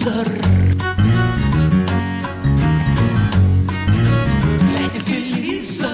телевизор. Глядя в телевизор.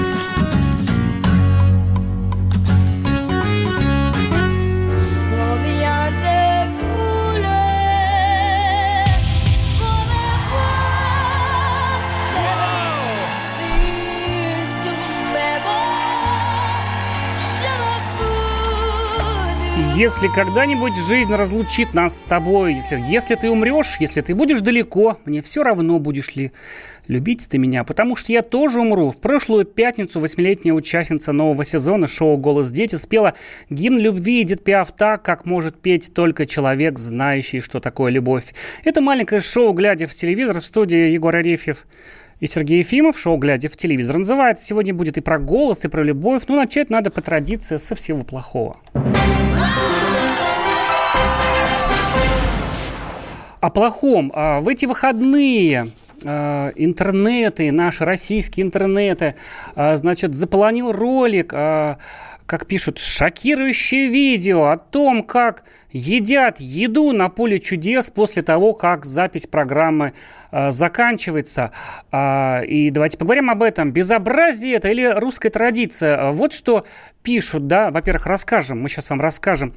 Если когда-нибудь жизнь разлучит нас с тобой, если ты умрешь, если ты будешь далеко, мне все равно, будешь ли любить ты меня, потому что я тоже умру. В прошлую пятницу 8-летняя участница нового сезона шоу «Голос дети» спела гимн любви Эдит Пиаф так, как может петь только человек, знающий, что такое любовь. Это маленькое шоу «Глядя в телевизор», в студии Егор Арефьев и Сергей Ефимов. Шоу «Глядя в телевизор» называется. Сегодня будет и про голос, и про любовь. Но начать надо по традиции со всего плохого. О плохом. В эти выходные интернеты, наши российские интернеты, значит, заполонил ролик, как пишут, шокирующее видео о том, как едят еду на поле чудес после того, как запись программы заканчивается. И давайте поговорим об этом. Безобразие это или русская традиция? Вот что пишут, да, во-первых, расскажем, мы сейчас вам расскажем,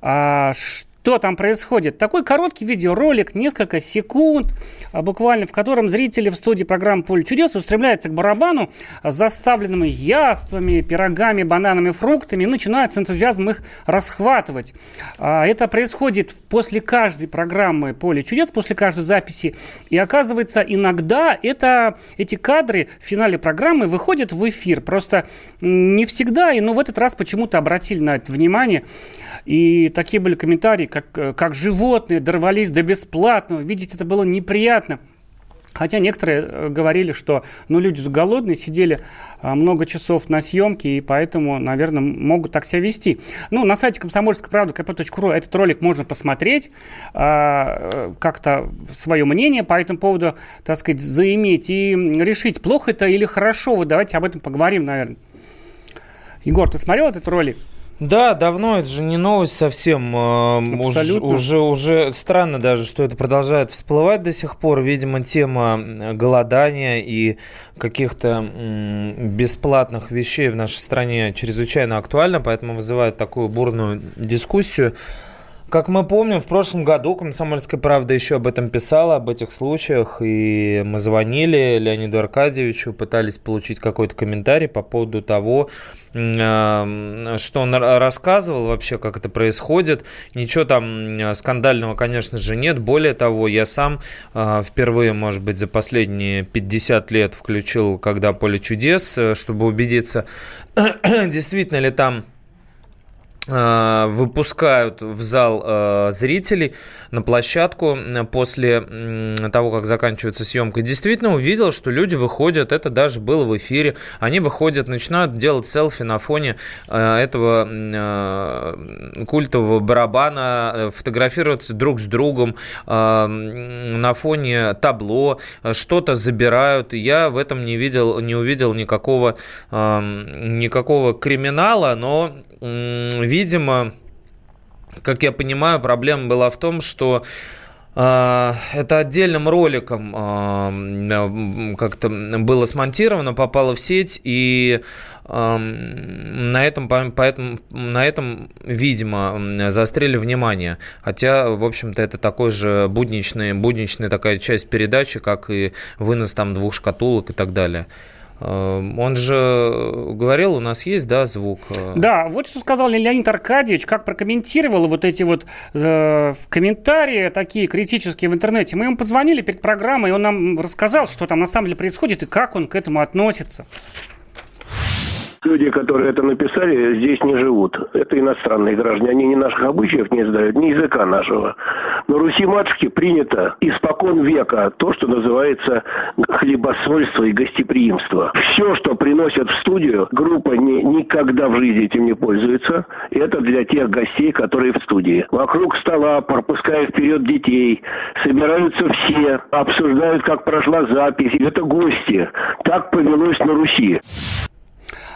что там происходит. Такой короткий видеоролик, несколько секунд, буквально, в котором зрители в студии программы «Поле чудес» устремляются к барабану с заставленными яствами, пирогами, бананами, фруктами и начинают с энтузиазмом их расхватывать. Это происходит после каждой программы «Поле чудес», после каждой записи. И оказывается, иногда эти кадры в финале программы выходят в эфир. Просто не всегда, но в этот раз почему-то обратили на это внимание. И такие были комментарии, как животные дорвались до бесплатного. Видеть это было неприятно. Хотя некоторые говорили, что люди же голодные, сидели много часов на съемке, и поэтому, наверное, могут так себя вести. На сайте комсомольская-правда.кп.ру этот ролик можно посмотреть, как-то свое мнение по этому поводу, так сказать, заиметь и решить, плохо это или хорошо. Вот давайте об этом поговорим, наверное. Егор, ты смотрел этот ролик? Да, давно, это же не новость совсем. Уже странно даже, что это продолжает всплывать до сих пор. Видимо, тема голодания и каких-то бесплатных вещей в нашей стране чрезвычайно актуальна, поэтому вызывает такую бурную дискуссию. Как мы помним, в прошлом году «Комсомольская правда» еще об этом писала, об этих случаях, и мы звонили Леониду Аркадьевичу, пытались получить какой-то комментарий по поводу того, что он рассказывал вообще, как это происходит. Ничего там скандального, конечно же, нет. Более того, я сам впервые, может быть, за последние 50 лет включил «Когда поле чудес», чтобы убедиться, действительно ли там выпускают в зал зрителей на площадку после того, как заканчивается съемка. Действительно увидел, что люди выходят, это даже было в эфире, они выходят, начинают делать селфи на фоне этого культового барабана, фотографироваться друг с другом на фоне табло, что-то забирают. Я в этом не увидел никакого криминала, но видимо, как я понимаю, проблема была в том, что это отдельным роликом как-то было смонтировано, попало в сеть, и на этом, видимо, заострили внимание. Хотя, в общем-то, это такой же будничная такая часть передачи, как и вынос там 2 шкатулок и так далее. Он же говорил, у нас есть, да, звук? Да, вот что сказал Леонид Аркадьевич, как прокомментировал вот эти вот комментарии такие критические в интернете. Мы ему позвонили перед программой, и он нам рассказал, что там на самом деле происходит и как он к этому относится. Люди, которые это написали, здесь не живут. Это иностранные граждане. Они ни наших обычаев не знают, ни языка нашего. На Руси-матушке принято испокон века то, что называется хлебосольство и гостеприимство. Все, что приносят в студию, группа никогда в жизни этим не пользуется. Это для тех гостей, которые в студии. Вокруг стола, пропуская вперед детей, собираются все, обсуждают, как прошла запись. Это гости. Так повелось на Руси.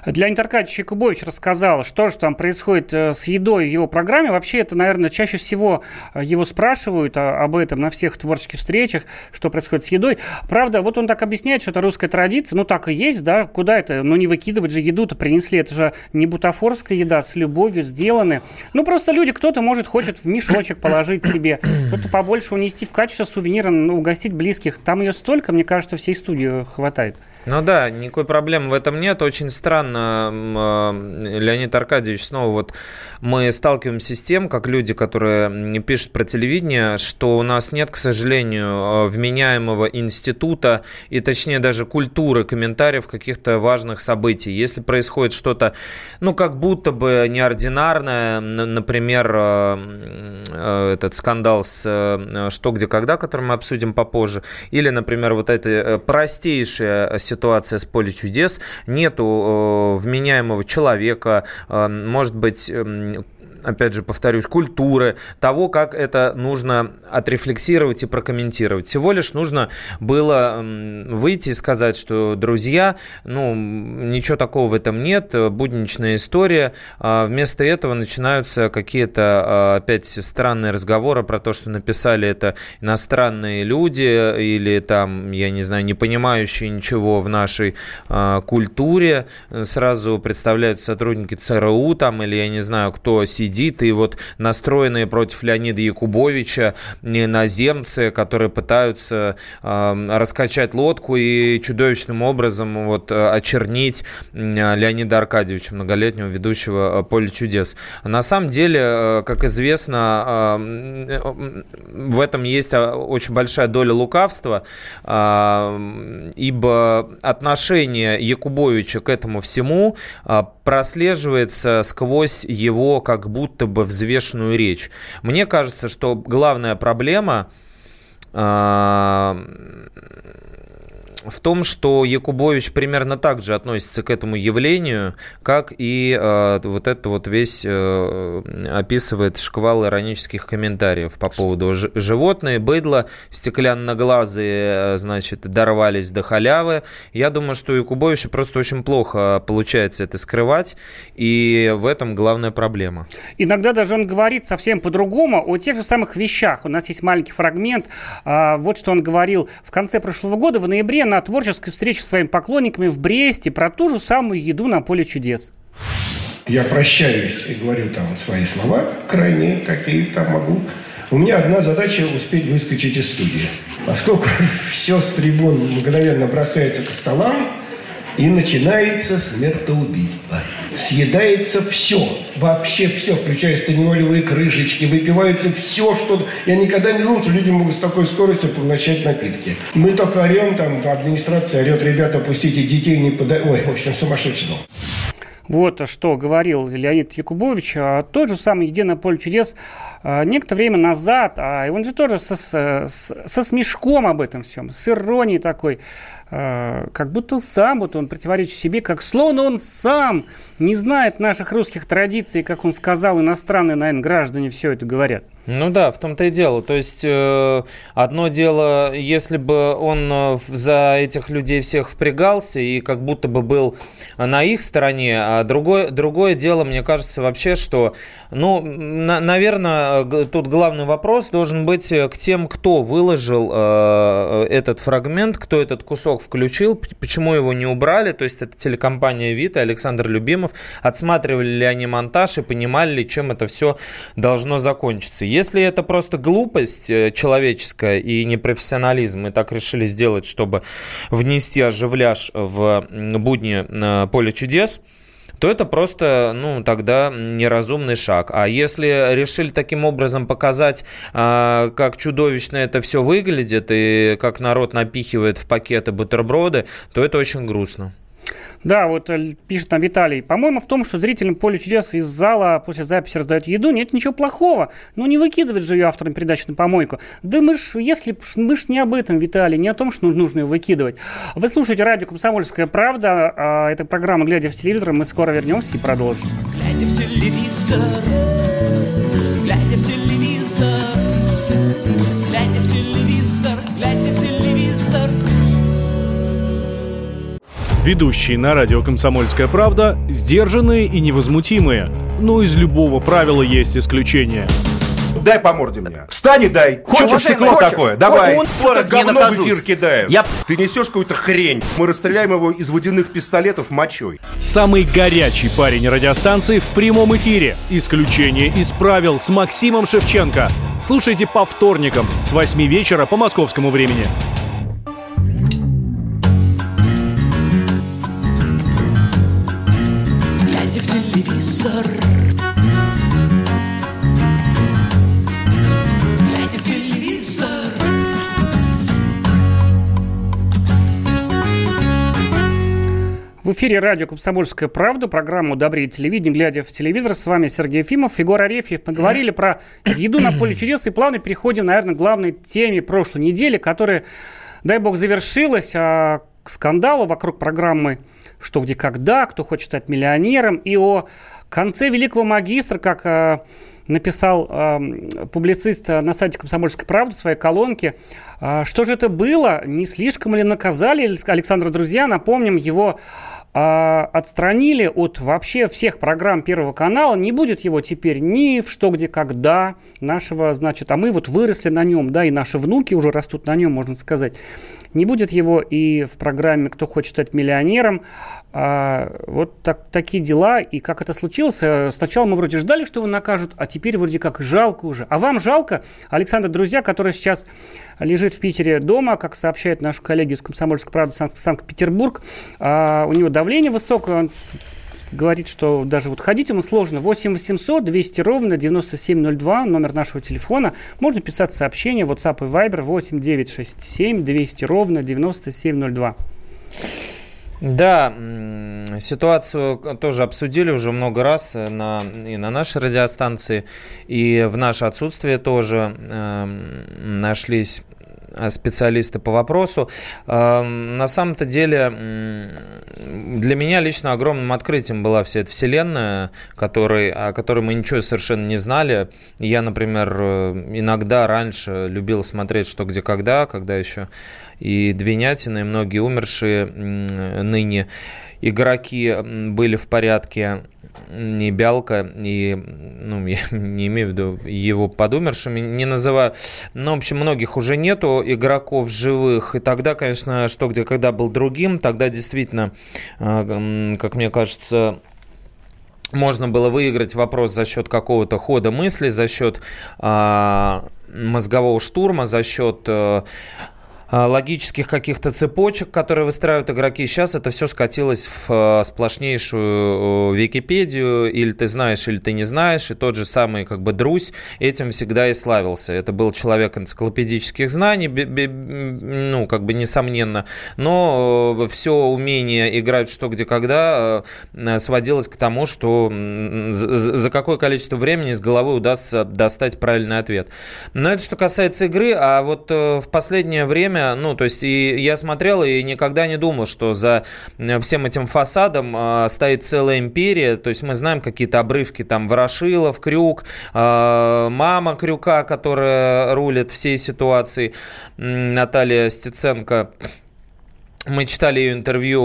Леонид Аркадьевич Якубович рассказал, что же там происходит с едой в его программе. Вообще, это, наверное, чаще всего его спрашивают об этом на всех творческих встречах, что происходит с едой. Правда, вот он так объясняет, что это русская традиция. Ну, так и есть, да, куда это? Ну, не выкидывать же еду-то принесли. Это же не бутафорская еда, с любовью сделаны. Ну, просто люди, кто-то, может, хочет в мешочек положить себе, кто-то побольше унести в качестве сувенира, угостить близких. Там ее столько, мне кажется, всей студии хватает. Ну да, никакой проблемы в этом нет. Очень странно, Леонид Аркадьевич, снова вот мы сталкиваемся с тем, как люди, которые пишут про телевидение, что у нас нет, к сожалению, вменяемого института и, точнее, даже культуры комментариев каких-то важных событий. Если происходит что-то, ну, как будто бы неординарное, например, этот скандал с «Что, где, когда», который мы обсудим попозже, или, например, вот эта простейшая ситуация с «Поле чудес», нету вменяемого человека, может быть, опять же, повторюсь, культуры, того, как это нужно отрефлексировать и прокомментировать. Всего лишь нужно было выйти и сказать, что, друзья, ну, ничего такого в этом нет, будничная история. Вместо этого начинаются какие-то, опять, странные разговоры про то, что написали это иностранные люди или там, я не знаю, не понимающие ничего в нашей культуре. Сразу представляют сотрудники ЦРУ там, или я не знаю, кто сидит, и вот настроенные против Леонида Якубовича иноземцы, которые пытаются раскачать лодку и чудовищным образом вот очернить Леонида Аркадьевича, многолетнего ведущего «Поле чудес». На самом деле, как известно, в этом есть очень большая доля лукавства, ибо отношение Якубовича к этому всему прослеживается сквозь его как будто бы взвешенную речь. Мне кажется, что главная проблема в том, что Якубович примерно так же относится к этому явлению, как и вот это вот весь описывает шквал иронических комментариев по поводу животные, быдло, стеклянноглазые, значит, дорвались до халявы. Я думаю, что у Якубовича просто очень плохо получается это скрывать, и в этом главная проблема. Иногда даже он говорит совсем по-другому о тех же самых вещах. У нас есть маленький фрагмент. Вот что он говорил в конце прошлого года, в ноябре, на творческой встрече со своими поклонниками в Бресте про ту же самую еду на «Поле чудес». Я прощаюсь и говорю там свои слова, крайние, какие там могу. У меня одна задача – успеть выскочить из студии. Поскольку все с трибун мгновенно бросается к столам, и начинается смертоубийство. Съедается все, вообще все, включая станиолевые крышечки, выпивается все, что... Я никогда не думал, что люди могут с такой скоростью поглощать напитки. Мы только орем, там администрация орет, ребята, пустите детей, не подавайте. Ой, в общем, сумасшедший дом. Вот что говорил Леонид Якубович. Тот же самый «Еде на поле чудес» некоторое время назад, и он же тоже со смешком об этом всем, с иронией такой, как будто сам вот он противоречит себе, как словно он сам не знает наших русских традиций, как он сказал, иностранные, наверное, граждане все это говорят. Ну да, в том-то и дело. То есть одно дело, если бы он за этих людей всех впрягался и как будто бы был на их стороне, а другое дело, мне кажется, вообще, что, ну, наверное, тут главный вопрос должен быть к тем, кто выложил этот фрагмент, кто этот кусок включил, почему его не убрали, то есть это телекомпания «Вита», Александр Любимов, отсматривали ли они монтаж и понимали ли, чем это все должно закончиться. Если это просто глупость человеческая и непрофессионализм, и так решили сделать, чтобы внести оживляж в будни «Поле чудес», то это просто, ну, тогда неразумный шаг. А если решили таким образом показать, как чудовищно это все выглядит и как народ напихивает в пакеты бутерброды, то это очень грустно. Да, вот пишет нам Виталий. По-моему, в том, что зрителям «Поле чудес» из зала после записи раздают еду, нет ничего плохого. Но не выкидывать же ее авторам передачи на помойку. Да мы ж не об этом, Виталий, не о том, что нужно ее выкидывать. Вы слушаете радио «Комсомольская правда». Это программа «Глядя в телевизор». Мы скоро вернемся и продолжим. Глядя в телевизор, глядя в телевизор, глядя в телевизор, глядя в телевизор. Ведущие на радио «Комсомольская правда» сдержанные и невозмутимые. Но из любого правила есть исключение. Дай по морде мне. Встань и дай. Хочешь стекло такое? Давай. Это говно в эфир кидаешь. Ты несешь какую-то хрень. Мы расстреляем его из водяных пистолетов мочой. Самый горячий парень радиостанции в прямом эфире. Исключение из правил с Максимом Шевченко. Слушайте по вторникам с 8 вечера по московскому времени. Глядя в телевизор, в эфире радио «Комсомольская правда», программа «Удобрее телевидение», глядя в телевизор. С вами Сергей Ефимов, Егор Арефьев. Мы говорили про еду на поле чудес и плавно переходим, наверное, к главной теме прошлой недели, которая, дай бог, завершилась, к скандалу вокруг программы «Что, где, когда», «Кто хочет стать миллионером» и о конце великого магистра, как написал публицист на сайте «Комсомольской правды» в своей колонке. Что же это было? Не слишком ли наказали Александра Друзья? Напомним, его отстранили от вообще всех программ Первого канала. Не будет его теперь ни в «Что, где, когда» нашего, значит, а мы вот выросли на нем, да, и наши внуки уже растут на нем, можно сказать. Не будет его и в программе «Кто хочет стать миллионером». Вот такие дела. И как это случилось? Сначала мы вроде ждали, что его накажут, а теперь вроде как жалко уже. А вам жалко? Александр Друзья, который сейчас лежит в Питере дома, как сообщают наши коллеги из «Комсомольской правды» Санкт-Петербург, у него давление высокое, он говорит, что даже вот ходить ему сложно. 8 800 200 ровно 9702, номер нашего телефона. Можно писать сообщения, WhatsApp и Viber 8 967 200 ровно 9702. Да, ситуацию тоже обсудили уже много раз и на нашей радиостанции, и в наше отсутствие тоже нашлись специалисты по вопросу. На самом-то деле для меня лично огромным открытием была вся эта вселенная, о которой мы ничего совершенно не знали. Я, например, иногда раньше любил смотреть «Что, где, когда» еще и Двинятина, и многие умершие ныне игроки были в порядке, не Бялка, и, я не имею в виду его подумершими, не называю, но, в общем, многих уже нету игроков живых, и тогда, конечно, «Что, где, когда» был другим, тогда действительно, как мне кажется, можно было выиграть вопрос за счет какого-то хода мысли, за счет мозгового штурма, за счет логических каких-то цепочек, которые выстраивают игроки. Сейчас это все скатилось в сплошнейшую Википедию. Или ты знаешь, или ты не знаешь. И тот же самый Друзь этим всегда и славился. Это был человек энциклопедических знаний, несомненно. Но все умение играть в «Что, где, когда» сводилось к тому, что за какое количество времени из головы удастся достать правильный ответ. Но это что касается игры. А вот в последнее время, и я смотрел и никогда не думал, что за всем этим фасадом стоит целая империя. То есть мы знаем какие-то обрывки, там Ворошилов, Крюк, мама Крюка, которая рулит всей ситуацией, Наталья Стеценко. Мы читали ее интервью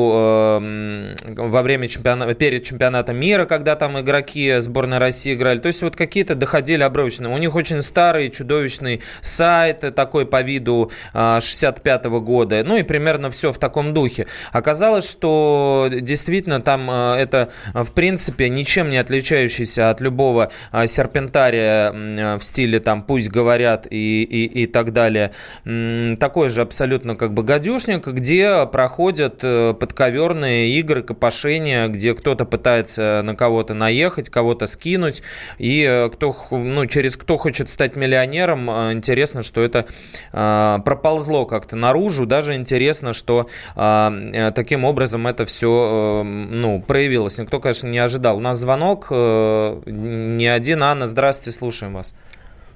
во время перед чемпионатом мира, когда там игроки сборной России играли. То есть вот какие-то доходили обрывочные. У них очень старый, чудовищный сайт, такой по виду 65-го года. И примерно все в таком духе. Оказалось, что действительно там это, в принципе, ничем не отличающийся от любого серпентария в стиле там «Пусть говорят» и так далее. Такой же абсолютно гадюшник, где проходят подковерные игры, копошения, где кто-то пытается на кого-то наехать, кого-то скинуть, и через «Кто хочет стать миллионером», интересно, что это проползло как-то наружу, даже интересно, что таким образом это все проявилось. Никто, конечно, не ожидал. У нас звонок не один. Анна, здравствуйте, слушаем вас.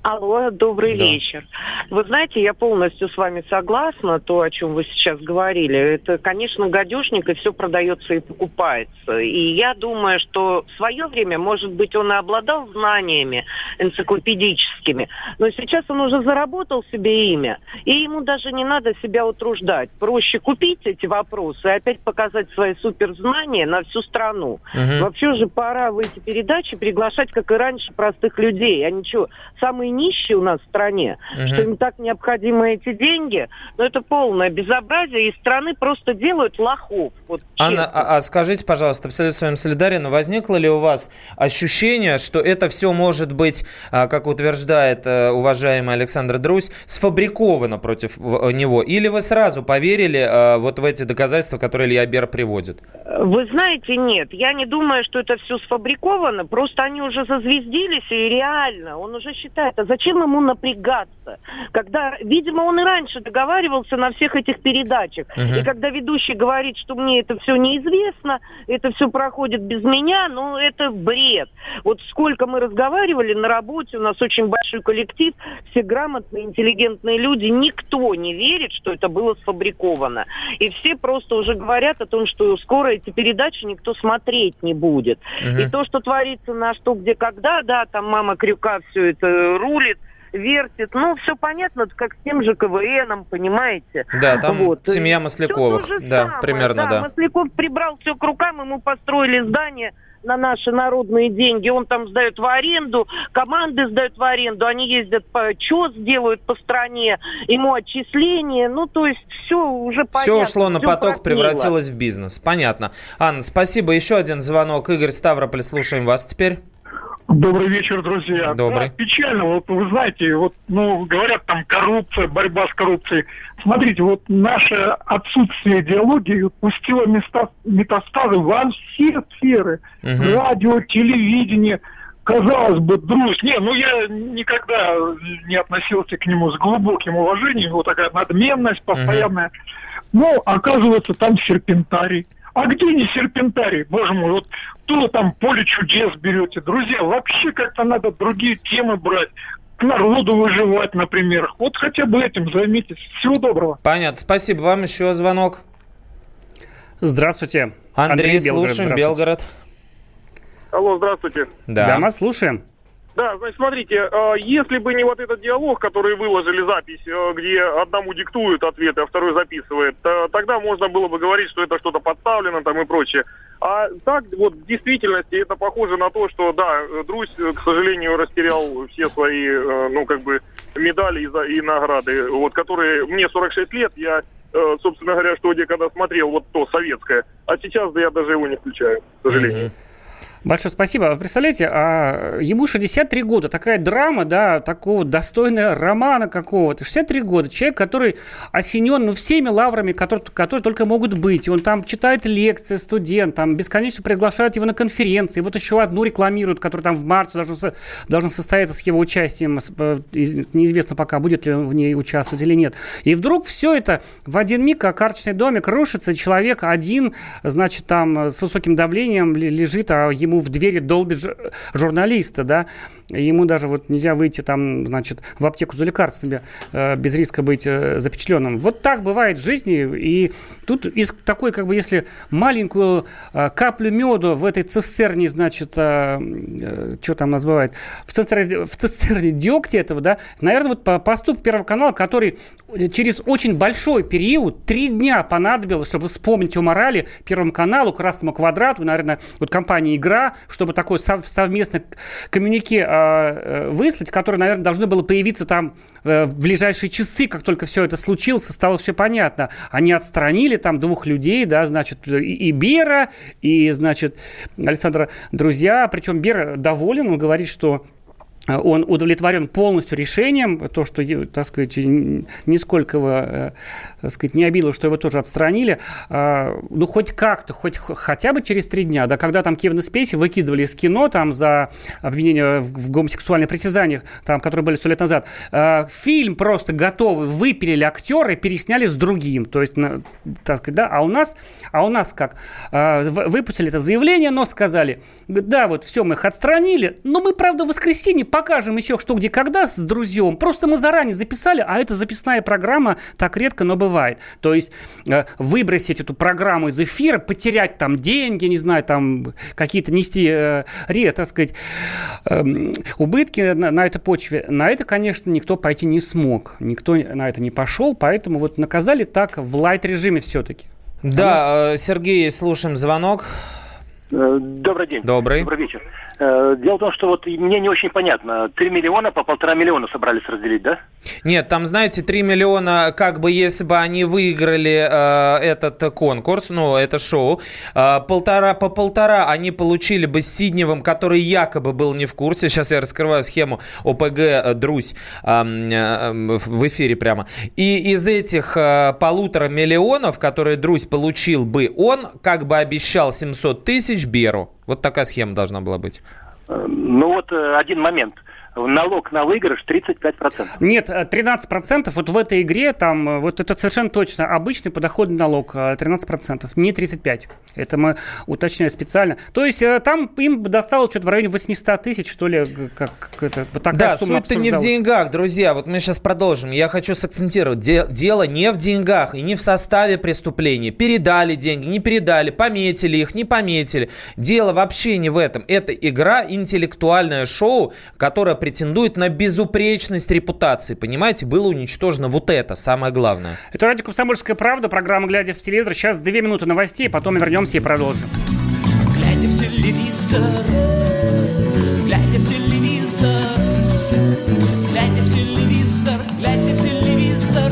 Алло, добрый вечер. Вы знаете, я полностью с вами согласна, то, о чем вы сейчас говорили. Это, конечно, гадюшник, и все продается и покупается. И я думаю, что в свое время, может быть, он и обладал знаниями энциклопедическими, но сейчас он уже заработал себе имя, и ему даже не надо себя утруждать. Проще купить эти вопросы и опять показать свои суперзнания на всю страну. Вообще же пора в эти передачи приглашать, как и раньше, простых людей. Они что, самые нищие у нас в стране, что им так необходимы эти деньги, но это полное безобразие, и страны просто делают лохов. Вот, Анна, а скажите, пожалуйста, абсолютно с вами солидарен, возникло ли у вас ощущение, что это все может быть, как утверждает уважаемый Александр Друзь, сфабриковано против него? Или вы сразу поверили вот в эти доказательства, которые Илья Бер приводит? Вы знаете, нет, я не думаю, что это все сфабриковано, просто они уже зазвездились, и реально, он уже считает, а зачем ему напрягаться? Когда, видимо, он и раньше договаривался на всех этих передачах, и когда ведущий говорит, что мне это все неизвестно, это все проходит без меня, ну, это бред. Вот сколько мы разговаривали на работе, у нас очень большой коллектив, все грамотные, интеллигентные люди, никто не верит, что это было сфабриковано. И все просто уже говорят о том, что скоро эти передачи никто смотреть не будет. И то, что творится на «Что, где, когда», да, там мама Крюка все это рулит, вертит. Ну, все понятно, как с тем же КВНом, понимаете? Да, там вот. Семья Масляковых. Да, самое, примерно, да. Масляков прибрал все к рукам, ему построили здание на наши народные деньги. Он там сдает в аренду, команды сдают в аренду, они ездят по ЧОС, делают по стране, ему отчисления. Ну, то есть все уже понятно. Все ушло на поток, превратилось в бизнес. Понятно. Анна, спасибо. Еще один звонок. Игорь, Ставрополь, слушаем вас теперь. Добрый вечер, друзья. Добрый. Да, печально. Вот вы знаете, вот, ну, говорят там коррупция, борьба с коррупцией. Смотрите, вот наше отсутствие идеологии пустило метастазы во все сферы. Радио, телевидение. Казалось бы, Друзь, я никогда не относился к нему с глубоким уважением. Вот такая надменность постоянная. Но, оказывается, там серпентарий. А где не серпентарий? Боже мой, вот то там поле чудес берете. Друзья, вообще как-то надо другие темы брать. К народу выживать, например. Вот хотя бы этим займитесь. Всего доброго. Понятно. Спасибо. Вам еще звонок. Здравствуйте. Андрей слушаем. Белгород. Алло, здравствуйте. Да, мы слушаем. Да, значит, смотрите, если бы не вот этот диалог, который выложили запись, где одному диктуют ответы, а второй записывает, тогда можно было бы говорить, что это что-то подставлено там и прочее. А так, вот, в действительности, это похоже на то, что, да, Друзь, к сожалению, растерял все свои, медали и награды, вот, которые, мне 46 лет, я, собственно говоря, что где когда смотрел, вот то советское, а сейчас я даже его не включаю, к сожалению. Большое спасибо. Вы представляете, ему 63 года, такая драма, да, такого достойного романа какого-то. 63 года. Человек, который осенен всеми лаврами, которые только могут быть. И он там читает лекции студентам, бесконечно приглашают его на конференции. Вот еще одну рекламируют, которая там в марте должна состояться с его участием. Неизвестно пока, будет ли он в ней участвовать или нет. И вдруг все это в один миг, как карточный домик, рушится. Человек один, значит, там с высоким давлением лежит, а ему в двери долбит журналиста, да, ему даже вот нельзя выйти там, значит, в аптеку за лекарствами без риска быть запечатленным. Вот так бывает в жизни, и тут из такой, как бы, если маленькую каплю меда в этой цистерне, значит, что там у нас бывает, в цистерне дегтя этого, да, наверное, вот поступок Первого канала, который через очень большой период, 3 дня понадобилось, чтобы вспомнить о морали Первому каналу, Красному квадрату, наверное, вот компании «Игра», чтобы такое совместное коммюнике выслать, которое, наверное, должно было появиться там в ближайшие часы, как только все это случилось, стало все понятно. Они отстранили там 2 людей, да, значит, и Бера, и, значит, Александра Друзья, причем Бер доволен, он говорит, что он удовлетворен полностью решением, то, что, так сказать, нисколько его, так сказать, не обидело, что его тоже отстранили. Ну, хоть как-то, хотя бы через 3 дня, да, когда там Кевина Спейси выкидывали из кино там за обвинения в гомосексуальных притязаниях, там, которые были 100 лет назад, фильм просто готовый, выпилили актера и пересняли с другим. То есть, так сказать, да, а у нас как? Выпустили это заявление, но сказали, да, вот все, мы их отстранили, но мы, правда, в воскресенье покажем еще что, где, когда с друзьям. Просто мы заранее записали, а это записная программа так редко, но бывает. То есть выбросить эту программу из эфира, потерять там деньги, не знаю, там какие-то нести, так сказать, убытки на этой почве. На это, конечно, никто пойти не смог. Никто на это не пошел, поэтому вот наказали так в лайт-режиме все-таки. Да, Сергей, слушаем звонок. Добрый день. Добрый вечер. Дело в том, что вот мне не очень понятно. 3 миллиона по 1,5 миллиона собрались разделить, да? Нет, там, знаете, 3 миллиона, как бы, если бы они выиграли этот конкурс, это шоу, по 1,5 они получили бы с Сидневым, который якобы был не в курсе. Сейчас я раскрываю схему ОПГ «Друзь» в эфире прямо. И из этих 1,5 миллиона, которые «Друзь» получил бы, он как бы обещал 700 тысяч Беру. Вот такая схема должна была быть. Один момент. Налог на выигрыш 35%. Нет, 13%. Вот в этой игре там, вот это совершенно точно обычный подоходный налог 13%, не 35%. Это мы уточняем специально. То есть там им досталось что-то в районе 800 тысяч, что ли, как это, вот такая сумма суть-то не в деньгах, друзья. Вот мы сейчас продолжим. Я хочу сакцентировать. Дело не в деньгах и не в составе преступления. Передали деньги, не передали, пометили их, не пометили. Дело вообще не в этом. Это игра, интеллектуальное шоу, которое претендует на безупречность репутации. Понимаете, было уничтожено вот это, самое главное. Это радио «Комсомольская правда», программа «Глядя в телевизор». Сейчас 2 минуты новостей, потом вернемся и продолжим. Глядя в телевизор, глядя в телевизор, глядя в телевизор, глядя в телевизор.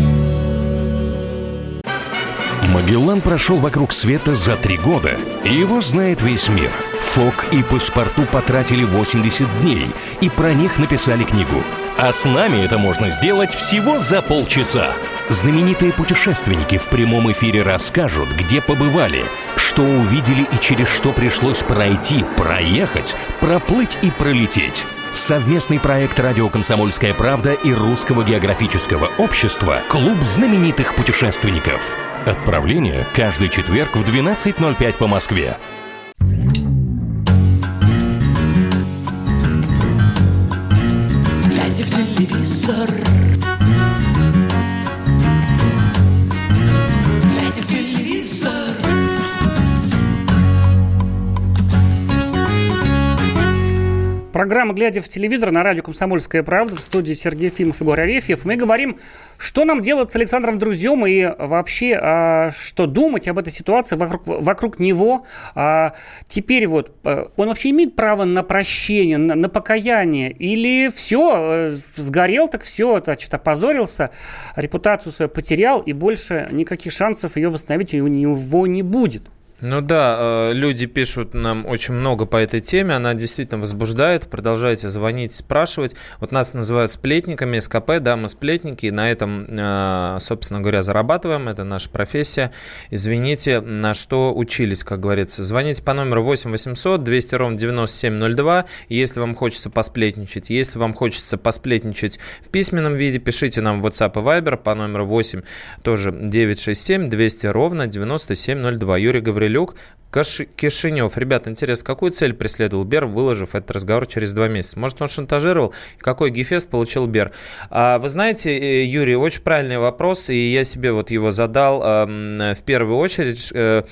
Магеллан прошел вокруг света за 3 года, и его знает весь мир. Фок и Паспарту потратили 80 дней, и про них написали книгу. А с нами это можно сделать всего за полчаса. Знаменитые путешественники в прямом эфире расскажут, где побывали, что увидели и через что пришлось пройти, проехать, проплыть и пролететь. Совместный проект «Радио Комсомольская правда» и Русского географического общества «Клуб знаменитых путешественников». Отправление каждый четверг в 12:05 по Москве. Глядя в телевизор, глядя в телевизор. Программа «Глядя в телевизор» на радио «Комсомольская правда», в студии Сергей Ефимов и Егор Арефьев. Мы говорим, что нам делать с Александром Друзьем и вообще, что думать об этой ситуации вокруг него. Теперь вот он вообще имеет право на прощение, на покаяние? Или все, сгорел, так все, значит, опозорился, репутацию свою потерял, и больше никаких шансов ее восстановить у него не будет? Ну да, люди пишут нам очень много по этой теме, она действительно возбуждает, продолжайте звонить, спрашивать. Вот нас называют сплетниками, СКП, да, мы сплетники, и на этом, собственно говоря, зарабатываем, это наша профессия. Извините, на что учились, как говорится. Звоните по номеру 8 800 200 ровно 9702, если вам хочется посплетничать. Если вам хочется посплетничать в письменном виде, пишите нам в WhatsApp и Viber по номеру 8, тоже 967 200 ровно 9702. Юрий Гаврилюк, Кишинев. Ребята, интересно, какую цель преследовал Бер, выложив этот разговор через 2 месяца? Может, он шантажировал? Какой гефест получил Бер? Вы знаете, Юрий, очень правильный вопрос, и я себе вот его задал в первую очередь.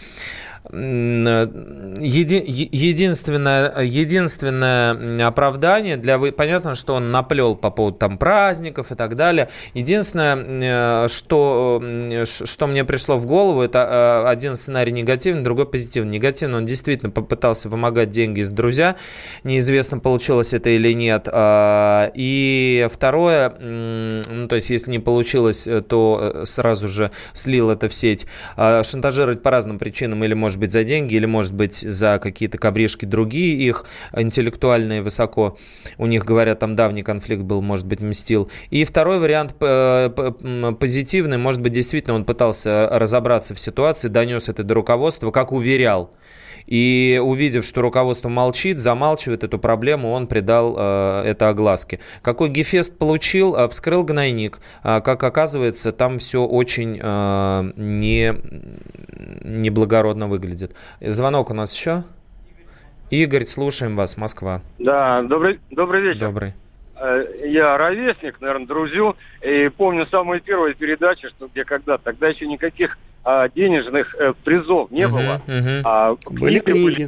Единственное оправдание понятно, что он наплел по поводу там праздников и так далее. Единственное, что мне пришло в голову, это один сценарий негативный, другой позитивный. Негативный, он действительно попытался вымогать деньги из друзья, неизвестно, получилось это или нет. И второе, то есть если не получилось, то сразу же слил это в сеть. Шантажировать по разным причинам, или может быть за деньги, или может быть за какие-то ковришки другие их, интеллектуальные, высоко. У них, говорят, там давний конфликт был, может быть, мстил. И второй вариант позитивный, может быть, действительно он пытался разобраться в ситуации, донес это до руководства, как уверял. И увидев, что руководство молчит, замалчивает эту проблему, он придал это огласке. Какой гефест получил? Вскрыл гнойник. Как оказывается, там все очень неблагородно выглядит. Звонок у нас еще? Игорь, слушаем вас, Москва. Да, добрый вечер. Добрый. Я ровесник, наверное, друзью, и помню самые первые передачи, что где когда-то. Тогда еще никаких денежных призов не было. Были книги.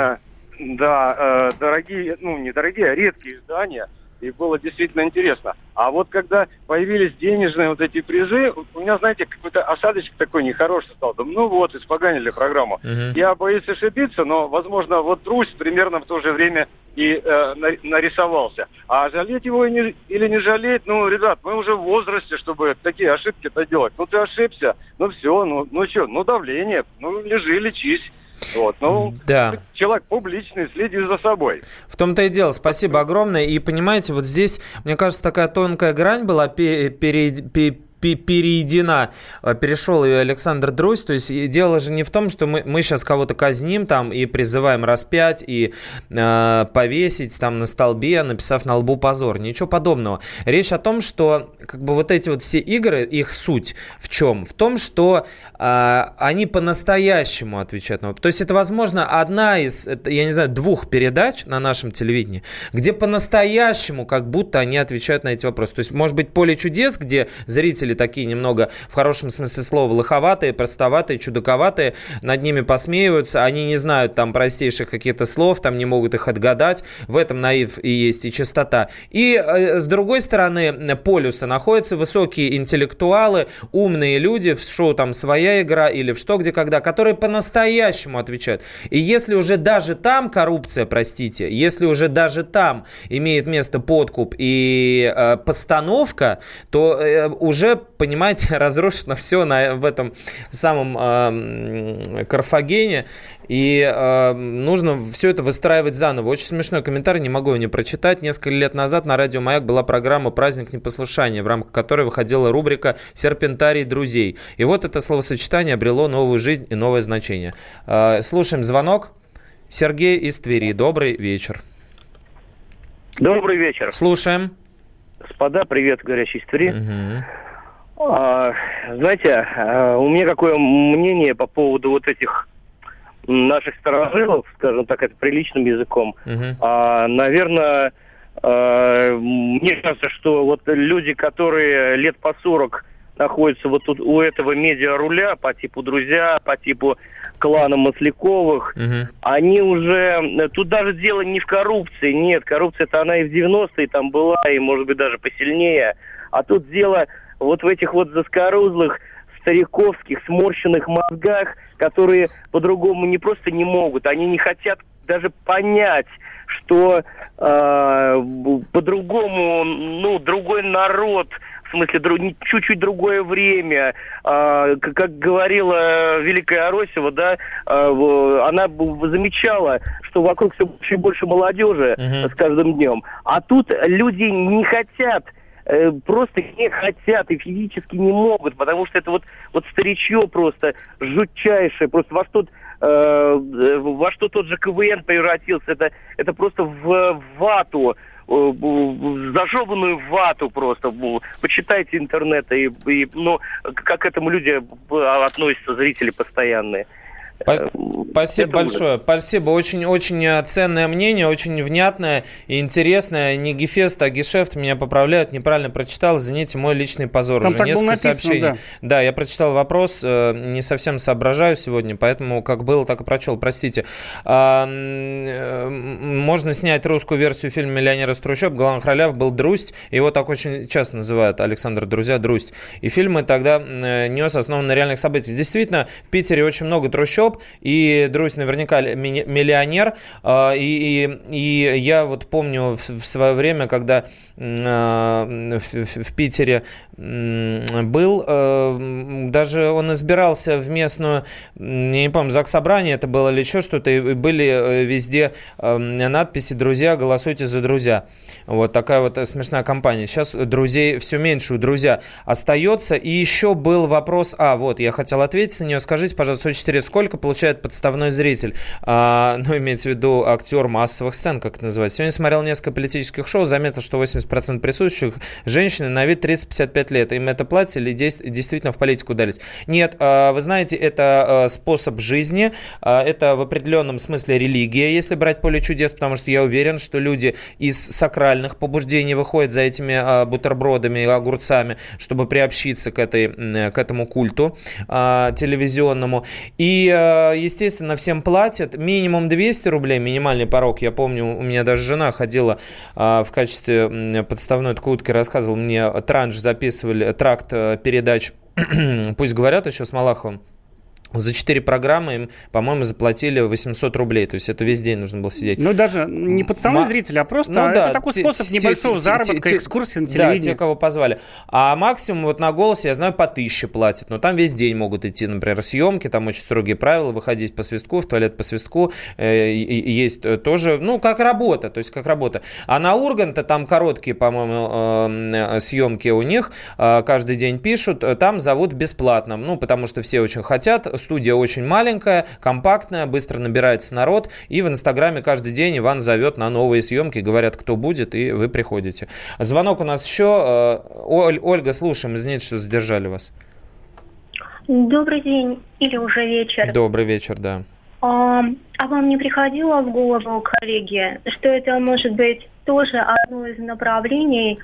Дорогие, недорогие, а редкие издания. И было действительно интересно. А вот когда появились денежные вот эти призы, у меня, знаете, какой-то осадочек такой нехороший стал. Думаю, испоганили программу. Я боюсь ошибиться, но, возможно, вот Русь примерно в то же время и нарисовался. А жалеть его или не жалеть, ребят, мы уже в возрасте, чтобы такие ошибки-то делать. Ты ошибся, все, давление, лежи, лечись. Да. Человек публичный, следи за собой. В том-то и дело. Спасибо огромное. И понимаете, вот здесь, мне кажется, такая тонкая грань была перешел ее Александр Друзь. То есть дело же не в том, что мы сейчас кого-то казним там и призываем распять и повесить там на столбе, написав на лбу позор. Ничего подобного. Речь о том, что вот эти вот все игры, их суть в чем? В том, что они по-настоящему отвечают на вопрос. То есть это, возможно, одна из, я не знаю, 2 передач на нашем телевидении, где по-настоящему как будто они отвечают на эти вопросы. То есть, может быть, «Поле чудес», где зрители такие немного, в хорошем смысле слова, лоховатые, простоватые, чудаковатые, над ними посмеиваются, они не знают там простейших каких-то слов, там не могут их отгадать, в этом наив и есть и чистота. И с другой стороны полюса находятся высокие интеллектуалы, умные люди, в шоу там «Своя игра» или в «Что, где, когда», которые по-настоящему отвечают. И если уже даже там коррупция, простите, если уже даже там имеет место подкуп и постановка, то уже, понимаете, разрушено все в этом самом Карфагене, и нужно все это выстраивать заново. Очень смешной комментарий, не могу его не прочитать. Несколько лет назад на радио «Маяк» была программа «Праздник непослушания», в рамках которой выходила рубрика «Серпентарий друзей». И вот это словосочетание обрело новую жизнь и новое значение. Слушаем звонок. Сергей из Твери. Добрый вечер. Добрый вечер. Слушаем. Господа, привет, говорящий из Твери. Знаете, у меня какое мнение по поводу вот этих наших старожилов, скажем так, это приличным языком. Наверное, мне кажется, что вот люди, которые лет по 40 находятся вот тут у этого медиаруля по типу «Друзья», по типу клана Масляковых, они уже... Тут даже дело не в коррупции, нет, коррупция-то она и в 90-е там была, и, может быть, даже посильнее. А тут дело вот в этих вот заскорузлых, стариковских, сморщенных мозгах, которые по-другому не просто не могут, они не хотят даже понять, что по-другому, другой народ, в смысле, чуть-чуть другое время. Как говорила Великая Аросева, да, она замечала, что вокруг все больше и больше молодежи с каждым днем. А тут люди не хотят, просто не хотят и физически не могут, потому что это вот старичье просто жутчайшее, просто во что тот же КВН превратился, это просто в вату, в зажеванную вату просто. Почитайте интернет, и как к этому люди относятся, зрители постоянные. Спасибо большое. Спасибо. Очень ценное мнение, очень внятное и интересное. Не Гефест, а Гешефт. Меня поправляют. Неправильно прочитал. Извините, мой личный позор. Там уже так несколько написано, сообщений. Да, я прочитал вопрос. Не совсем соображаю сегодня, поэтому как было, так и прочел. Простите. Можно снять русскую версию фильма «Миллионер из трущоб». В главных ролях был Друзь. Его так очень часто называют, Александр Друзья, Друзь. И фильм тогда нес основан на реальных событиях. Действительно, в Питере очень много трущоб. И Друзь наверняка миллионер. И я вот помню в свое время, когда в Питере был, даже он избирался в местную, я не помню, заксобрание это было или еще что-то, и были везде надписи «Друзья, голосуйте за друзья». Вот такая вот смешная кампания. Сейчас друзей все меньше, у друзья остается. И еще был вопрос, вот я хотел ответить на нее. Скажите, пожалуйста, 104, сколько сколько получает подставной зритель? Имеется в виду актер массовых сцен, как это называется. Сегодня смотрел несколько политических шоу, заметил, что 80% присутствующих женщины на вид 30-55 лет. Им это платье или действительно в политику удались? Нет, вы знаете, это способ жизни, это в определенном смысле религия, если брать поле чудес, потому что я уверен, что люди из сакральных побуждений выходят за этими бутербродами и огурцами, чтобы приобщиться к этому культу телевизионному. И, естественно, всем платят. Минимум 200 рублей, минимальный порог. Я помню, у меня даже жена ходила в качестве подставной такой утки, рассказывала мне, транш записывали, тракт передач «Пусть говорят» еще с Малаховым. За 4 программы им, по-моему, заплатили 800 рублей. То есть это весь день нужно было сидеть. Ну, даже не подставной зритель, а просто это такой способ небольшого заработка, экскурсии на телевидении. Да, те, кого позвали. А максимум вот на «Голосе», я знаю, по 1000 платят. Но там весь день могут идти, например, съемки, там очень строгие правила, выходить по свистку, в туалет по свистку. Есть тоже, как работа. То есть как работа. А на Урганта там короткие, по-моему, съемки у них. Каждый день пишут. Там зовут бесплатно. Потому что все очень хотят. Студия очень маленькая, компактная, быстро набирается народ, и в Инстаграме каждый день Иван зовет на новые съемки, говорят, кто будет, и вы приходите. Звонок у нас еще. Ольга, слушаем, извините, что задержали вас. Добрый день или уже вечер. Добрый вечер, да. А вам не приходило в голову, коллеги, что это может быть тоже одно из направлений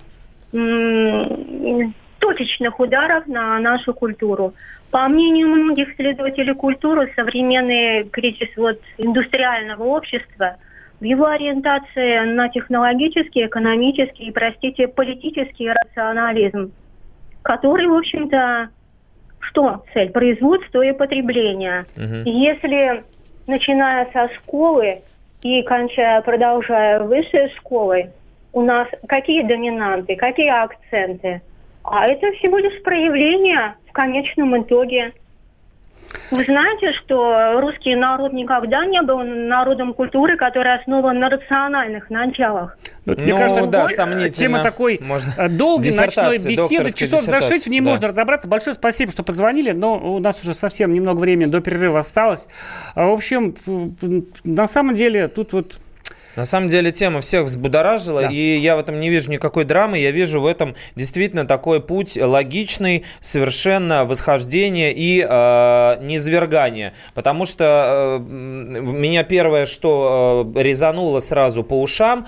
точечных ударов на нашу культуру? По мнению многих исследователей культуры, современный кризис индустриального общества, в его ориентации на технологический, экономический и, политический рационализм, который, в общем-то, что цель? Производство и потребление. Если, начиная со школы и продолжая высшей школой, у нас какие доминанты, какие акценты? А это всего лишь проявление в конечном итоге. Вы знаете, что русский народ никогда не был народом культуры, который основан на рациональных началах. Мне кажется, тема такой долгой ночной беседы, часов за 6 в ней можно разобраться. Большое спасибо, что позвонили, но у нас уже совсем немного времени до перерыва осталось. В общем, на самом деле, тут На самом деле тема всех взбудоражила, да. И я в этом не вижу никакой драмы, я вижу в этом действительно такой путь логичный, совершенно восхождение и низвергание. Потому что меня первое, что резануло сразу по ушам,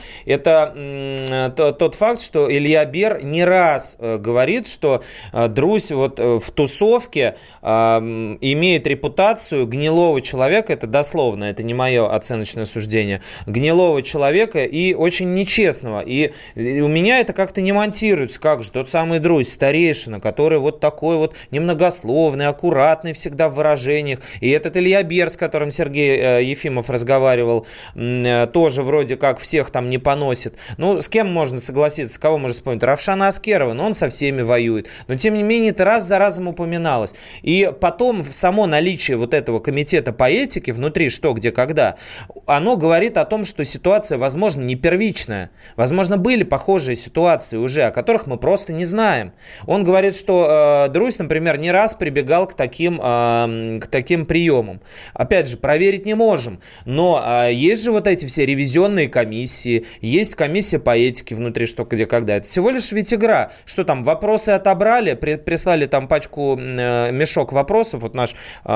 это тот факт, что Илья Бер не раз говорит, что Друзь в тусовке имеет репутацию гнилого человека, это дословно, это не мое оценочное суждение, гнилого человека и очень нечестного. И у меня это как-то не монтируется. Как же? Тот самый Друзь, старейшина, который такой немногословный, аккуратный всегда в выражениях. И этот Илья Бер, с которым Сергей Ефимов разговаривал, тоже вроде как всех там не поносит. С кем можно согласиться? Кого можно вспомнить? Равшана Аскерова, но он со всеми воюет. Но тем не менее это раз за разом упоминалось. И потом само наличие этого комитета по этике внутри «Что, где, когда», оно говорит о том, что ситуация, возможно, не первичная. Возможно, были похожие ситуации уже, о которых мы просто не знаем. Он говорит, что Друзь, например, не раз прибегал к таким приемам. Опять же, проверить не можем. Но есть же эти все ревизионные комиссии, есть комиссия по этике внутри «Что, где, когда». Это всего лишь ведь игра. Что там, вопросы отобрали, прислали там мешок вопросов. Наш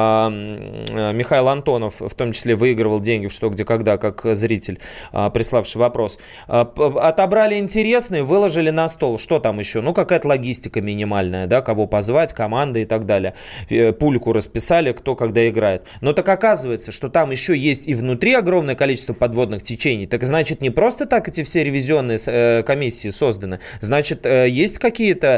Михаил Антонов в том числе выигрывал деньги в «Что, где, когда», как зритель, приславший вопрос. Отобрали интересные, выложили на стол. Что там еще? Какая-то логистика минимальная, да, кого позвать, команда и так далее. Пульку расписали, кто когда играет. Но так оказывается, что там еще есть и внутри огромное количество подводных течений. Так значит, не просто так эти все ревизионные комиссии созданы. Значит, есть какие-то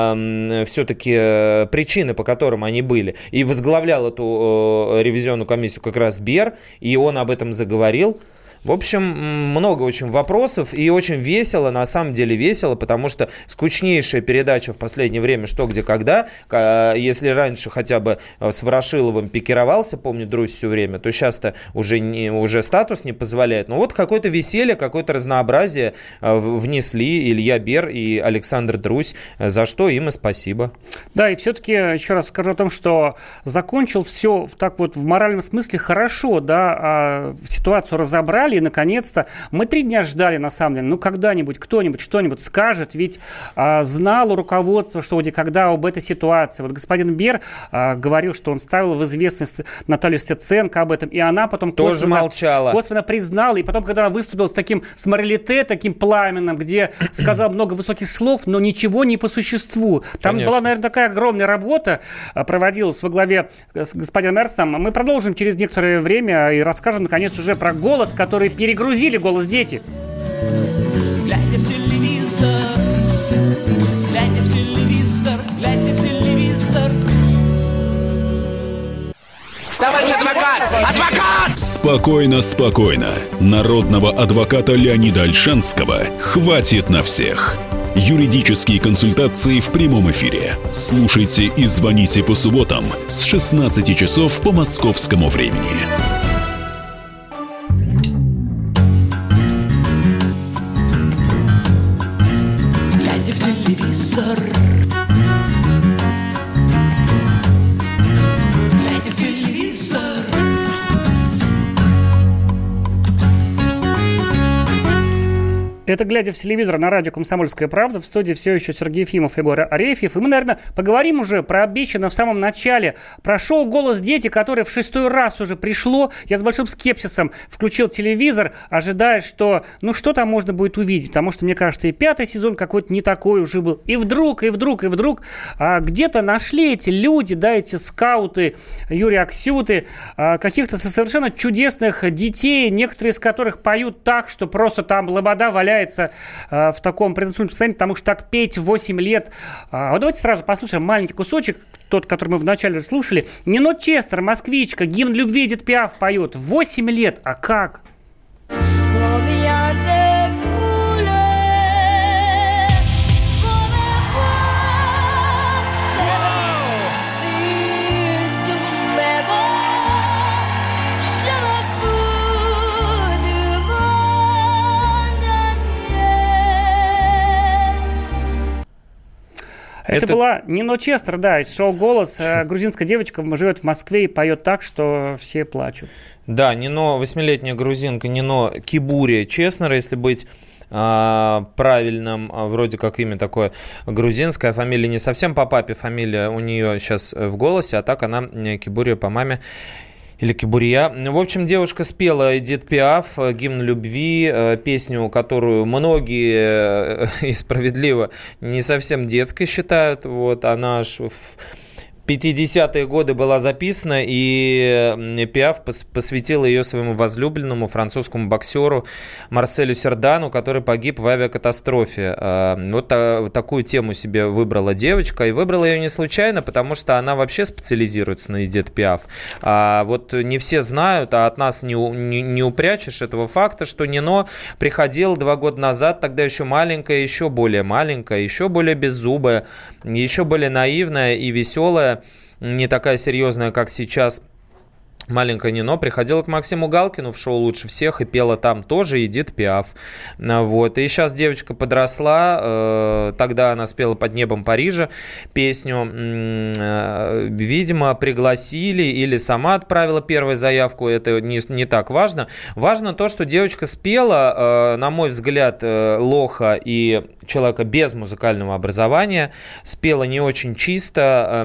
все-таки причины, по которым они были. И возглавлял эту ревизионную комиссию как раз Бер, и он об этом заговорил. В общем, много очень вопросов и очень весело, на самом деле весело, потому что скучнейшая передача в последнее время «Что, где, когда». Если раньше хотя бы с Ворошиловым пикировался, помню, Друзь все время, то сейчас-то уже статус не позволяет. Но вот какое-то веселье, какое-то разнообразие внесли Илья Бер и Александр Друзь, за что им и спасибо. Да, и все-таки еще раз скажу о том, что закончил все так вот в моральном смысле хорошо, да, ситуацию разобрали, и, наконец-то, мы 3 дня ждали, на самом деле, когда-нибудь кто-нибудь что-нибудь скажет, ведь знало руководство, что когда об этой ситуации. Вот господин Бер говорил, что он ставил в известность Наталью Стеценко об этом, и она потом тоже молчала. Косвенно признала, и потом, когда она выступила с моралите таким пламенным, где сказала много высоких слов, но ничего не по существу. Там Конечно. Была, наверное, такая огромная работа, проводилась во главе с господином Эрнстом. Мы продолжим через некоторое время и расскажем, наконец, уже про «Голос», который перегрузили «Голос дети». Глядя в телевизор, глядя в телевизор, глядя в телевизор. Товарищ адвокат! Адвокат! Спокойно, спокойно. Народного адвоката Леонида Ольшанского хватит на всех. Юридические консультации в прямом эфире. Слушайте и звоните по субботам с 16 часов по московскому времени. Глядя в телевизор, глядя в телевизор. Это «Глядя в телевизор» на радио «Комсомольская правда». В студии все еще Сергей Ефимов и Егор Арефьев. И мы, наверное, поговорим уже про обещанное в самом начале, про шоу «Голос дети», которое в 6-й раз уже пришло. Я с большим скепсисом включил телевизор, ожидая, что, что там можно будет увидеть. Потому что, мне кажется, и 5-й сезон какой-то не такой уже был. И вдруг где-то нашли эти люди, да, эти скауты, Юрия Аксюты, каких-то совершенно чудесных детей, некоторые из которых поют так, что просто там лобода валяется в таком предназначенном состоянии, потому что так петь в 8 лет. Вот давайте сразу послушаем маленький кусочек, тот, который мы вначале слушали. Нино Честер, москвичка, гимн любви Эдит Пиаф поет. 8 лет, а как? Это была Нино Честер, да, из шоу «Голос». Грузинская девочка живет в Москве и поет так, что все плачут. Да, Нино, 8-летняя грузинка Нино Кибурия Честнер, если быть правильным, вроде как имя такое грузинское, фамилия не совсем по папе, фамилия у нее сейчас в «Голосе», а так она Кибурия по маме. Или Кибурия. В общем, девушка спела Эдит Пиаф, гимн любви, песню, которую многие и справедливо не совсем детской считают. Вот, она аж в 50-е годы была записана, и Пиаф посвятила ее своему возлюбленному французскому боксеру Марселю Сердану, который погиб в авиакатастрофе. Вот такую тему себе выбрала девочка, и выбрала ее не случайно, потому что она вообще специализируется на Эдит Пиаф. Вот не все знают, а от нас не упрячешь этого факта, что Нино приходила 2 года назад, тогда еще маленькая, еще более беззубая, еще более наивная и веселая, не такая серьезная, как сейчас. Маленькая Нино приходила к Максиму Галкину в шоу «Лучше всех» и пела там тоже Эдит Пиаф. Вот. И сейчас девочка подросла, тогда она спела «Под небом Парижа» песню. Видимо, пригласили или сама отправила первую заявку, это не так важно. Важно то, что девочка спела, на мой взгляд, лоха и человека без музыкального образования, спела не очень чисто,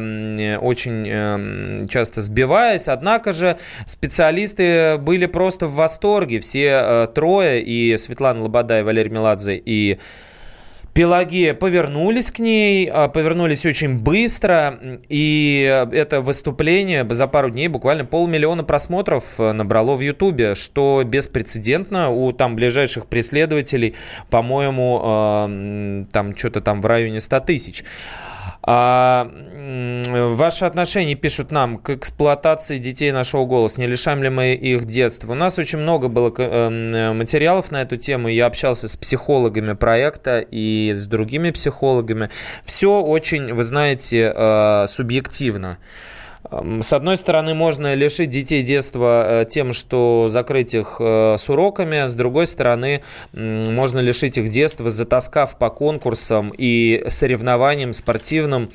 очень часто сбиваясь, однако же специалисты были просто в восторге, все трое, и Светлана Лобода, и Валерий Меладзе, и Пелагея повернулись к ней, повернулись очень быстро, и это выступление за пару дней буквально 500 000 просмотров набрало в Ютубе, что беспрецедентно у там ближайших преследователей, по-моему, там что-то там в районе 100 000. Ваши отношения, пишут нам, к эксплуатации детей на шоу «Голос». Не лишаем ли мы их детства? У нас очень много было материалов на эту тему. Я общался с психологами проекта и с другими психологами. Все очень, вы знаете, субъективно. С одной стороны, можно лишить детей детства тем, что закрыть их с уроками. С другой стороны, можно лишить их детства, затаскав по конкурсам и соревнованиям спортивным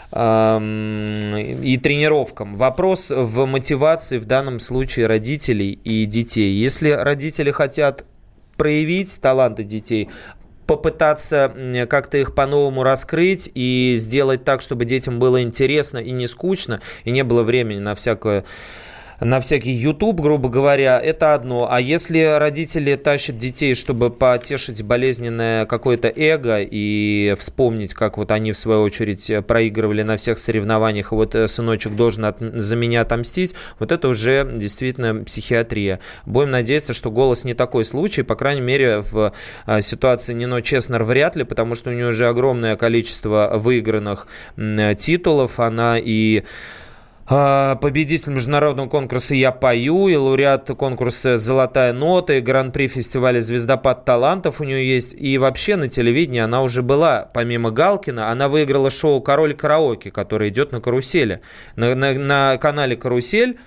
и тренировкам. Вопрос в мотивации в данном случае родителей и детей. Если родители хотят проявить таланты детей, попытаться как-то их по-новому раскрыть и сделать так, чтобы детям было интересно и не скучно, и не было времени на всякий YouTube, грубо говоря, это одно. А если родители тащат детей, чтобы потешить болезненное какое-то эго и вспомнить, как вот они, в свою очередь, проигрывали на всех соревнованиях, и вот сыночек должен за меня отомстить, вот это уже действительно психиатрия. Будем надеяться, что «Голос» не такой случай, по крайней мере, в ситуации Нино Чеснер вряд ли, потому что у нее уже огромное количество выигранных титулов, она и победитель международного конкурса «Я пою», и лауреат конкурса «Золотая нота», и гран-при фестиваля «Звездопад талантов» у нее есть. И вообще на телевидении она уже была, помимо Галкина, она выиграла шоу «Король караоке», которое идет на «Карусели». На канале «Карусель»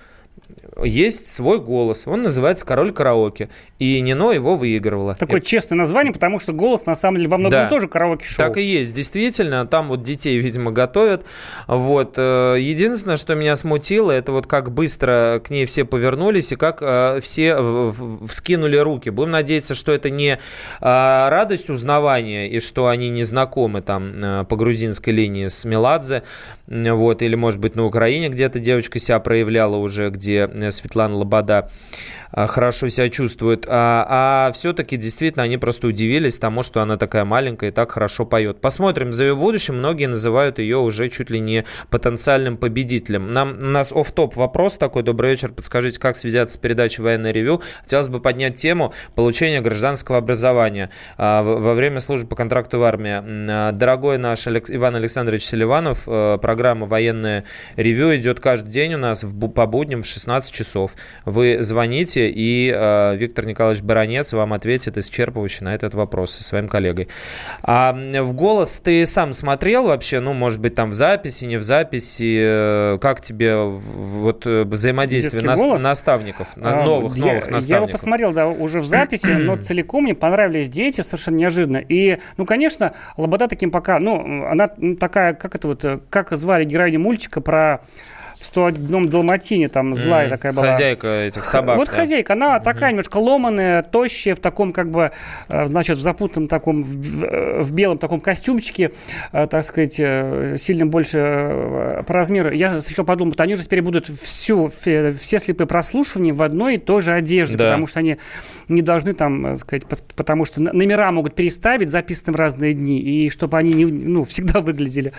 есть свой голос. Он называется «Король караоке». И Нино его выигрывала. Такое честное название, потому что «Голос» на самом деле во многом тоже караоке-шоу. Так и есть, действительно. Там вот детей, видимо, готовят. Вот. Единственное, что меня смутило, это вот как быстро к ней все повернулись и как все вскинули руки. Будем надеяться, что это не радость узнавания и что они не знакомы там по грузинской линии с Меладзе. Вот. Или, может быть, на Украине где-то девочка себя проявляла уже, где Светлана Лобода хорошо себя чувствует, а все-таки действительно они просто удивились тому, что она такая маленькая и так хорошо поет. Посмотрим за ее будущим. Многие называют ее уже чуть ли не потенциальным победителем. У нас офф-топ вопрос такой. Добрый вечер. Подскажите, как связаться с передачей «Военное ревью». Хотелось бы поднять тему получения гражданского образования во время службы по контракту в армии. Дорогой наш Иван Александрович Селиванов, программа «Военное ревью» идет каждый день у нас по будням в 16 часов. Вы звоните, и Виктор Николаевич Баранец вам ответит исчерпывающе на этот вопрос со своим коллегой. А в «Голос» ты сам смотрел вообще, ну, может быть, там в записи, не в записи, как тебе вот взаимодействие наставников, новых наставников? Я его посмотрел, да, уже в записи, но целиком мне понравились дети совершенно неожиданно. И, ну, конечно, Лобода таким пока, ну, она такая, как звали героиню мультика про... В 101 Далматине там злая такая была. Хозяйка этих собак. Вот хозяйка, она такая немножко ломаная, тощая, в таком как бы, значит, в запутанном таком, в белом таком костюмчике, так сказать, сильно больше по размеру. Я сначала подумал, они же теперь будут все слепые прослушивания в одной и той же одежде, потому что они не должны там, так сказать, потому что номера могут переставить, записаны в разные дни, и чтобы они всегда выглядели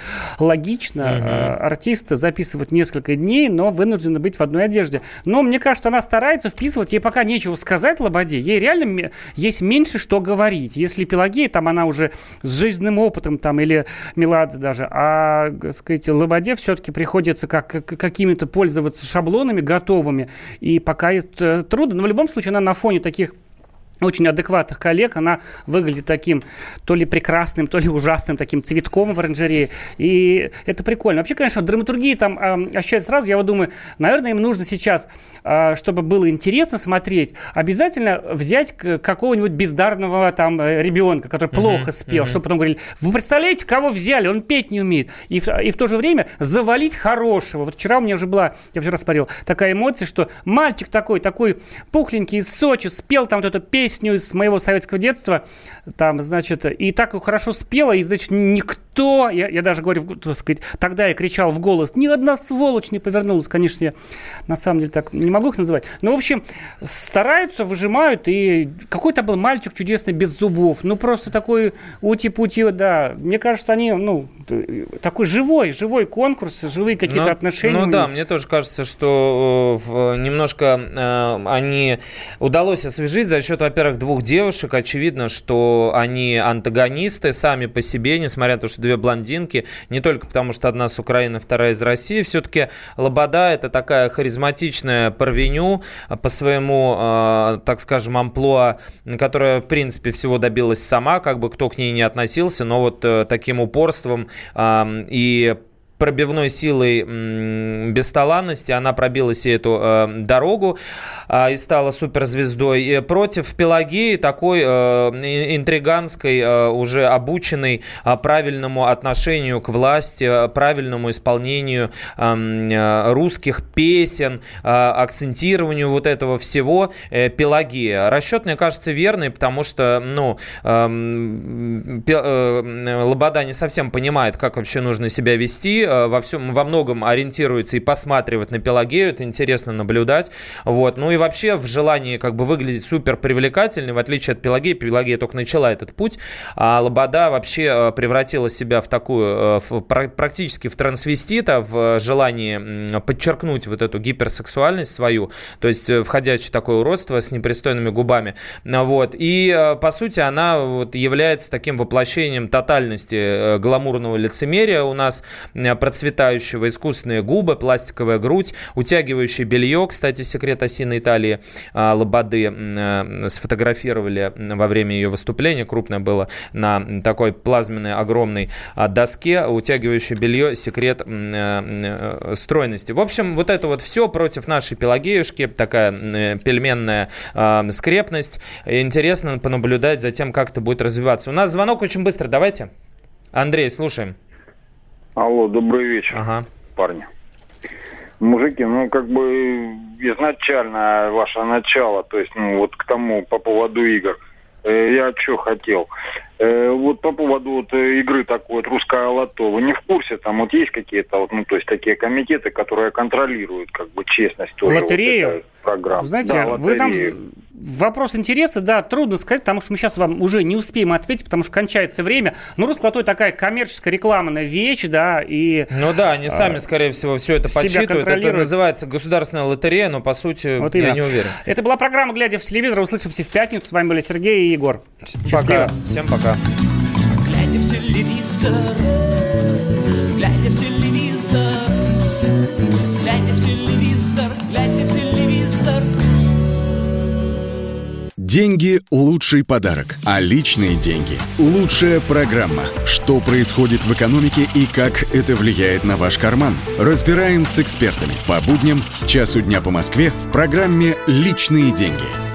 логично, артисты записывают несколько дней, но вынуждены быть в одной одежде. Но мне кажется, она старается вписывать, ей пока нечего сказать Лободе, ей реально есть меньше что говорить. Если Пелагея, там она уже с жизненным опытом, там, или Меладзе даже, а, так сказать, Лободе все-таки приходится какими-то пользоваться шаблонами готовыми, и пока это трудно, но в любом случае она на фоне таких очень адекватных коллег, она выглядит таким то ли прекрасным, то ли ужасным таким цветком в оранжерее, и это прикольно. Вообще, конечно, драматургия там ощущается сразу, я вот думаю, наверное, им нужно сейчас, чтобы было интересно смотреть, обязательно взять какого-нибудь бездарного там ребенка, который плохо спел, чтобы потом говорили, вы представляете, кого взяли, он петь не умеет, и в то же время завалить хорошего. Вот вчера у меня уже была, я вчера спорил, такая эмоция, что мальчик такой пухленький из Сочи спел там вот эту песню из моего советского детства, там, значит, и так хорошо спела, и, значит, никто, я даже говорю, так сказать, тогда я кричал в голос, ни одна сволочь не повернулась, конечно, я на самом деле так не могу их называть, но, в общем, стараются, выжимают, и какой-то был мальчик чудесный, без зубов, ну, просто такой ути-пути, да, мне кажется, они, такой живой конкурс, живые какие-то отношения. Ну, да, мне тоже кажется, что немножко они удалось освежить за счет, во-первых, двух девушек. Очевидно, что они антагонисты сами по себе, несмотря на то, что две блондинки, не только потому, что одна с Украины, вторая из России. Все-таки Лобода – это такая харизматичная парвеню по своему, так скажем, амплуа, которая, в принципе, всего добилась сама, как бы кто к ней не относился, но вот таким упорством и пробивной силой бесталанности она пробила себе эту дорогу и стала суперзвездой. И против Пелагеи, такой интриганской, уже обученной правильному отношению к власти, правильному исполнению русских песен, акцентированию вот этого всего, Пелагея. Расчет, мне кажется, верный, потому что Лобода не совсем понимает, как вообще нужно себя вести, во многом ориентируется и посматривает на Пелагею, это интересно наблюдать. Вот. Ну и вообще в желании как бы выглядеть супер привлекательной, в отличие от Пелагеи, Пелагея только начала этот путь, а Лобода вообще превратила себя в такую, практически в трансвестита, в желании подчеркнуть вот эту гиперсексуальность свою, то есть входящее такое уродство с непристойными губами. Вот. И по сути она вот является таким воплощением тотальности гламурного лицемерия у нас, процветающего, искусственные губы, пластиковая грудь, утягивающее белье. Кстати, секрет осиной талии Лободы сфотографировали во время ее выступления. Крупное было на такой плазменной огромной доске. Утягивающее белье, секрет стройности. В общем, вот это вот все против нашей Пелагеюшки. Такая пельменная скрепность. Интересно понаблюдать за тем, как это будет развиваться. У нас звонок очень быстро. Давайте. Андрей, слушаем. Алло, добрый вечер, парни. Мужики, как бы изначально ваше начало, то есть, вот к тому, по поводу игр, я что хотел. Вот по поводу вот игры такой вот «Русское лото», вы не в курсе, там вот есть какие-то вот, то есть такие комитеты, которые контролируют как бы честность тоже. Лотерею? Вот программы. Знаете, да, вы там... Вопрос интереса, да, трудно сказать, потому что мы сейчас вам уже не успеем ответить, потому что кончается время. Но «Русское лото» такая коммерческая рекламная вещь, да, и... Ну да, они сами, скорее всего, все это подсчитывают. Это называется государственная лотерея, но, по сути, вот я не уверен. Это была программа «Глядя в телевизор». Услышимся в пятницу. С вами были Сергей и Егор. Пока. Всем пока. Глядя в телевизор, глядя в телевизор, глядя в телевизор, глядя в телевизор. Деньги – лучший подарок, а личные деньги – лучшая программа. Что происходит в экономике и как это влияет на ваш карман? Разбираем с экспертами. По будням с часу дня по Москве в программе «Личные деньги».